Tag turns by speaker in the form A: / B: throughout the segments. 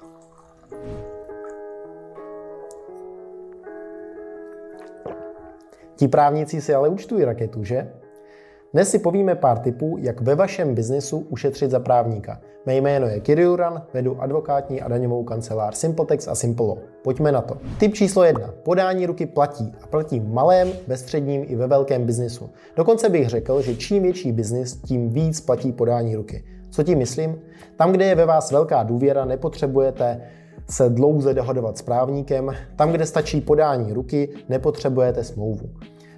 A: Ti právníci si ale účtují raketu, že? Dnes si povíme pár tipů, jak ve vašem biznesu ušetřit za právníka. Mé jméno je Kirill Juran, vedu advokátní a daňovou kancelář SimpleTax a Simple Law. Pojďme na to. Tip číslo 1. Podání ruky platí. A platí v malém, ve středním i ve velkém biznesu. Dokonce bych řekl, že čím větší biznis, tím víc platí podání ruky. Co tím myslím? Tam, kde je ve vás velká důvěra, nepotřebujete se dlouze dohadovat s právníkem. Tam, kde stačí podání ruky, nepotřebujete smlouvu.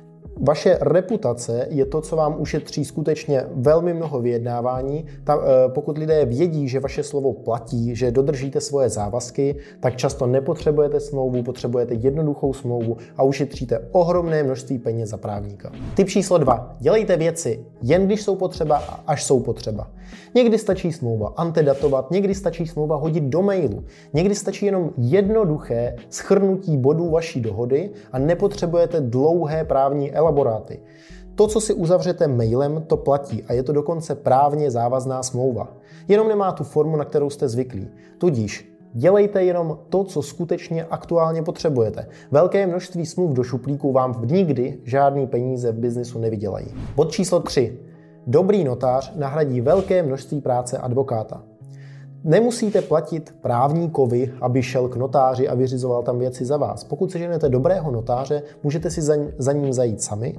A: Vaše reputace je to, co vám ušetří skutečně velmi mnoho vyjednávání. Pokud lidé vědí, že vaše slovo platí, že dodržíte svoje závazky, tak často nepotřebujete smlouvu, potřebujete jednoduchou smlouvu a ušetříte ohromné množství peněz za právníka. Tip číslo 2. Dělejte věci jen když jsou potřeba a až jsou potřeba. Někdy stačí smlouva antedatovat, někdy stačí smlouva hodit do mailu, někdy stačí jenom jednoduché shrnutí bodů vaší dohody a nepotřebujete dlouhé právní elaboráty. To, co si uzavřete mailem, to platí a je to dokonce právně závazná smlouva. Jenom nemá tu formu, na kterou jste zvyklí. Tudíž dělejte jenom to, co skutečně aktuálně potřebujete. Velké množství smluv do šuplíku vám nikdy žádný peníze v biznisu nevydělají. Bod číslo 3. Dobrý notář nahradí velké množství práce advokáta. Nemusíte platit právníkovi, aby šel k notáři a vyřizoval tam věci za vás. Pokud seženete dobrého notáře, můžete si za ním zajít sami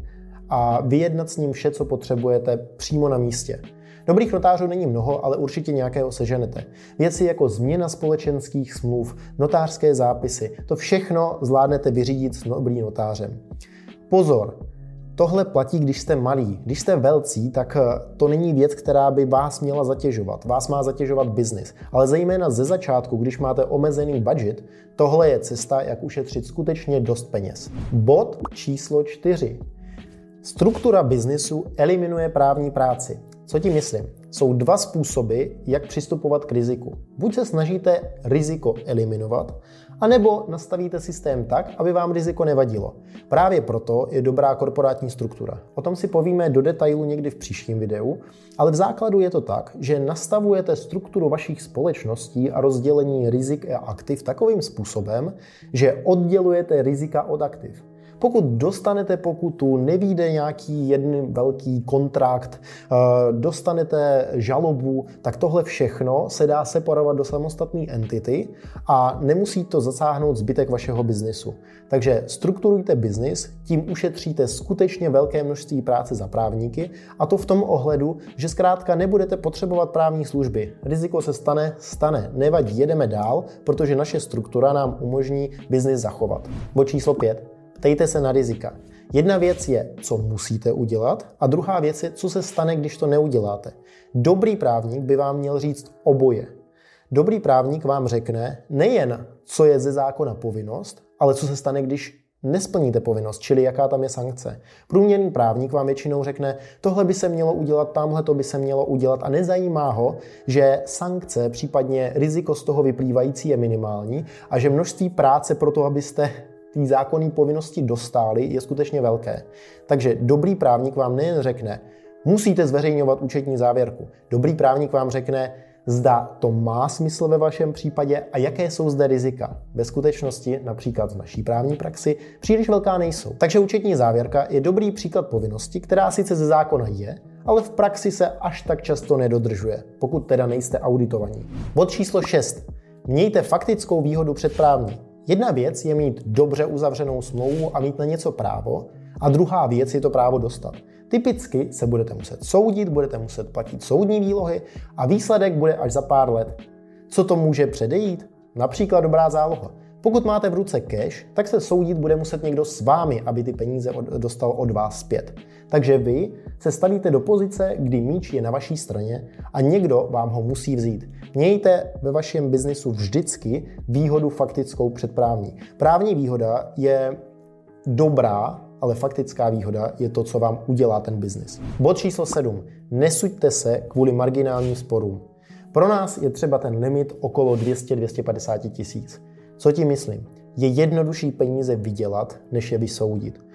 A: a vyjednat s ním vše, co potřebujete přímo na místě. Dobrých notářů není mnoho, ale určitě nějakého seženete. Věci jako změna společenských smluv, notářské zápisy, to všechno zvládnete vyřídit s dobrým notářem. Pozor! Tohle platí, když jste malí. Když jste velcí, tak to není věc, která by vás měla zatěžovat. Vás má zatěžovat biznis. Ale zejména ze začátku, když máte omezený budget, tohle je cesta, jak ušetřit skutečně dost peněz. Bod číslo 4. Struktura biznisu eliminuje právní práci. Co tím myslím? Jsou dva způsoby, jak přistupovat k riziku. Buď se snažíte riziko eliminovat, anebo nastavíte systém tak, aby vám riziko nevadilo. Právě proto je dobrá korporátní struktura. O tom si povíme do detailu někdy v příštím videu, ale v základu je to tak, že nastavujete strukturu vašich společností a rozdělení rizik a aktiv takovým způsobem, že oddělujete rizika od aktiv. Pokud dostanete pokutu, nevyjde nějaký jeden velký kontrakt, dostanete žalobu, tak tohle všechno se dá separovat do samostatné entity a nemusí to zasáhnout zbytek vašeho biznesu. Takže strukturujte biznis, tím ušetříte skutečně velké množství práce za právníky a to v tom ohledu, že zkrátka nebudete potřebovat právní služby. Riziko se stane. Nevadí, jedeme dál, protože naše struktura nám umožní biznis zachovat. Bod číslo 5. Ptejte se na rizika. Jedna věc je, co musíte udělat, a druhá věc je, co se stane, když to neuděláte. Dobrý právník by vám měl říct oboje. Dobrý právník vám řekne nejen, co je ze zákona povinnost, ale co se stane, když nesplníte povinnost, čili jaká tam je sankce. Průměrný právník vám většinou řekne, tohle by se mělo udělat, tamhle to by se mělo udělat a nezajímá ho, že sankce, případně riziko z toho vyplývající je minimální a že množství práce pro to, abyste té zákonné povinnosti dostáli, je skutečně velké. Takže dobrý právník vám nejen řekne, musíte zveřejňovat účetní závěrku. Dobrý právník vám řekne, zda to má smysl ve vašem případě a jaké jsou zde rizika. Ve skutečnosti, například v naší právní praxi, příliš velká nejsou. Takže účetní závěrka je dobrý příklad povinnosti, která sice ze zákona je, ale v praxi se až tak často nedodržuje, pokud teda nejste auditovaní. Bod číslo 6. Mějte faktickou výhodu před právní. Jedna věc je mít dobře uzavřenou smlouvu a mít na něco právo, a druhá věc je to právo dostat. Typicky se budete muset soudit, budete muset platit soudní výlohy a výsledek bude až za pár let. Co to může předejít? Například dobrá záloha. Pokud máte v ruce cash, tak se soudit bude muset někdo s vámi, aby ty peníze dostal od vás zpět. Takže vy se stavíte do pozice, kdy míč je na vaší straně a někdo vám ho musí vzít. Mějte ve vašem biznisu vždycky výhodu faktickou před právní. Právní výhoda je dobrá, ale faktická výhoda je to, co vám udělá ten biznis. Bod číslo 7. Nesuďte se kvůli marginálním sporům. Pro nás je třeba ten limit okolo 200-250 tisíc. Co tím myslím? Je jednodušší peníze vydělat, než je vysoudit.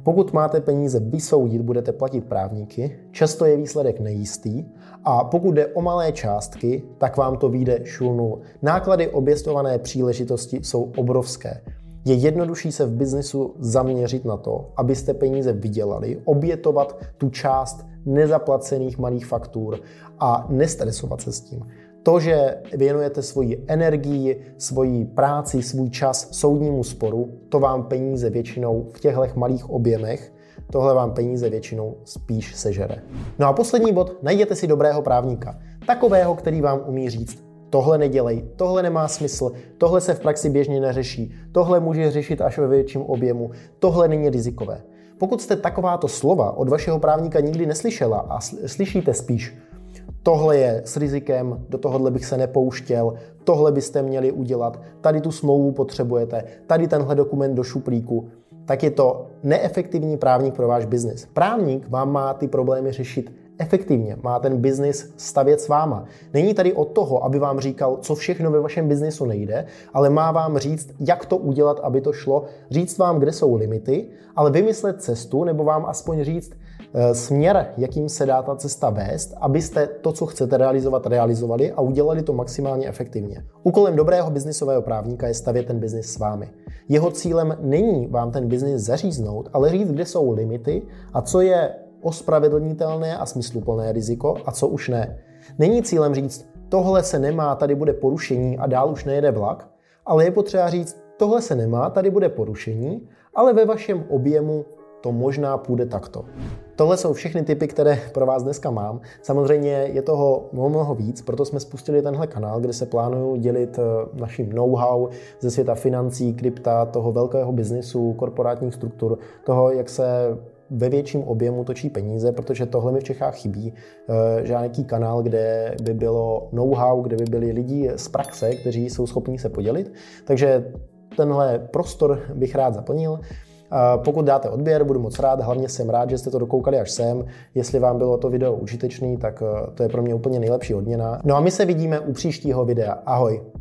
A: Pokud máte peníze vysoudit, budete platit právníky, často je výsledek nejistý a pokud jde o malé částky, tak vám to vyjde šulnul. Náklady obětované příležitosti jsou obrovské. Je jednodušší se v biznesu zaměřit na to, abyste peníze vydělali, obětovat tu část nezaplacených malých faktur a nestresovat se s tím. To, že věnujete svoji energii, svoji práci, svůj čas soudnímu sporu, to vám peníze většinou v těchto malých objemech, tohle vám peníze většinou spíš sežere. No a poslední bod, najděte si dobrého právníka. Takového, který vám umí říct, tohle nedělej, tohle nemá smysl, tohle se v praxi běžně neřeší, tohle může řešit až ve větším objemu, tohle není rizikové. Pokud jste takováto slova od vašeho právníka nikdy neslyšela a slyšíte spíš, tohle je s rizikem, do tohohle bych se nepouštěl, tohle byste měli udělat, tady tu smlouvu potřebujete, tady tenhle dokument do šuplíku, tak je to neefektivní právník pro váš biznis. Právník vám má ty problémy řešit efektivně, má ten biznis stavět s váma. Není tady od toho, aby vám říkal, co všechno ve vašem biznisu nejde, ale má vám říct, jak to udělat, aby to šlo, říct vám, kde jsou limity, ale vymyslet cestu nebo vám aspoň říct směr, jakým se dá ta cesta vést, abyste to, co chcete realizovat, realizovali a udělali to maximálně efektivně. Úkolem dobrého biznisového právníka je stavět ten biznis s vámi. Jeho cílem není vám ten biznis zaříznout, ale říct, kde jsou limity a co je ospravedlnitelné a smysluplné riziko a co už ne. Není cílem říct, tohle se nemá, tady bude porušení a dál už nejede vlak, ale je potřeba říct, tohle se nemá, tady bude porušení, ale ve vašem objemu to možná půjde takto. Tohle jsou všechny tipy, které pro vás dneska mám. Samozřejmě je toho mnoho víc, proto jsme spustili tenhle kanál, kde se plánuju dělit naším know-how ze světa financí, krypta, toho velkého biznisu, korporátních struktur, toho, jak se ve větším objemu točí peníze, protože tohle mi v Čechách chybí. Žádný kanál, kde by bylo know-how, kde by byli lidi z praxe, kteří jsou schopní se podělit. Takže tenhle prostor bych rád zaplnil. Pokud dáte odběr, budu moc rád, hlavně jsem rád, že jste to dokoukali až sem. Jestli vám bylo to video užitečné, tak to je pro mě úplně nejlepší odměna. No a my se vidíme u příštího videa. Ahoj!